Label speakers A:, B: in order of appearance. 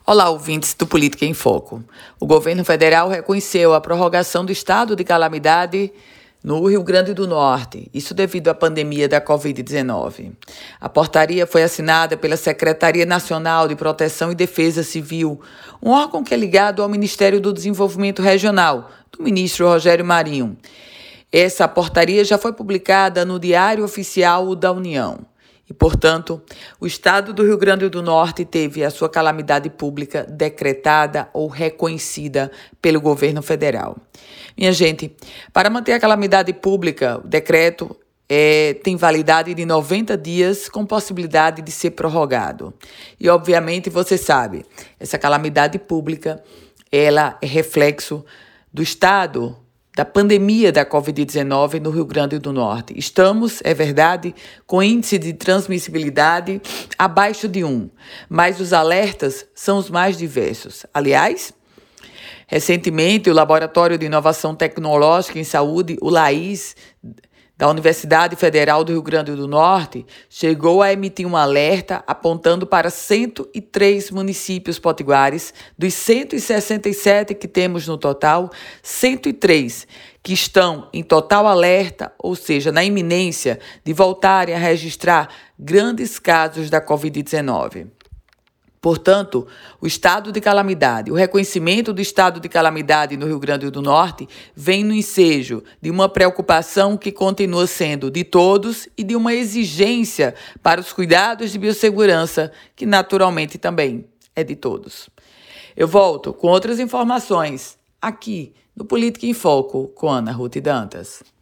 A: Olá, ouvintes do Política em Foco. O governo federal reconheceu a prorrogação do estado de calamidade no Rio Grande do Norte, isso devido à pandemia da Covid-19. A portaria foi assinada pela Secretaria Nacional de Proteção e Defesa Civil, um órgão que é ligado ao Ministério do Desenvolvimento Regional, do ministro Rogério Marinho. Essa portaria já foi publicada no Diário Oficial da União. E, portanto, o estado do Rio Grande do Norte teve a sua calamidade pública decretada ou reconhecida pelo governo federal. Minha gente, para manter a calamidade pública, o decreto tem validade de 90 dias com possibilidade de ser prorrogado. E, obviamente, você sabe, essa calamidade pública ela é reflexo do estado da pandemia da Covid-19 no Rio Grande do Norte. Estamos, é verdade, com índice de transmissibilidade abaixo de 1, mas os alertas são os mais diversos. Aliás, recentemente, o Laboratório de Inovação Tecnológica em Saúde, o LAIS, da Universidade Federal do Rio Grande do Norte, chegou a emitir um alerta apontando para 103 municípios potiguares, dos 167 que temos no total, 103 que estão em total alerta, ou seja, na iminência de voltarem a registrar grandes casos da Covid-19. Portanto, o estado de calamidade, o reconhecimento do estado de calamidade no Rio Grande do Norte vem no ensejo de uma preocupação que continua sendo de todos e de uma exigência para os cuidados de biossegurança, que naturalmente também é de todos. Eu volto com outras informações aqui no Política em Foco com Ana Ruth Dantas.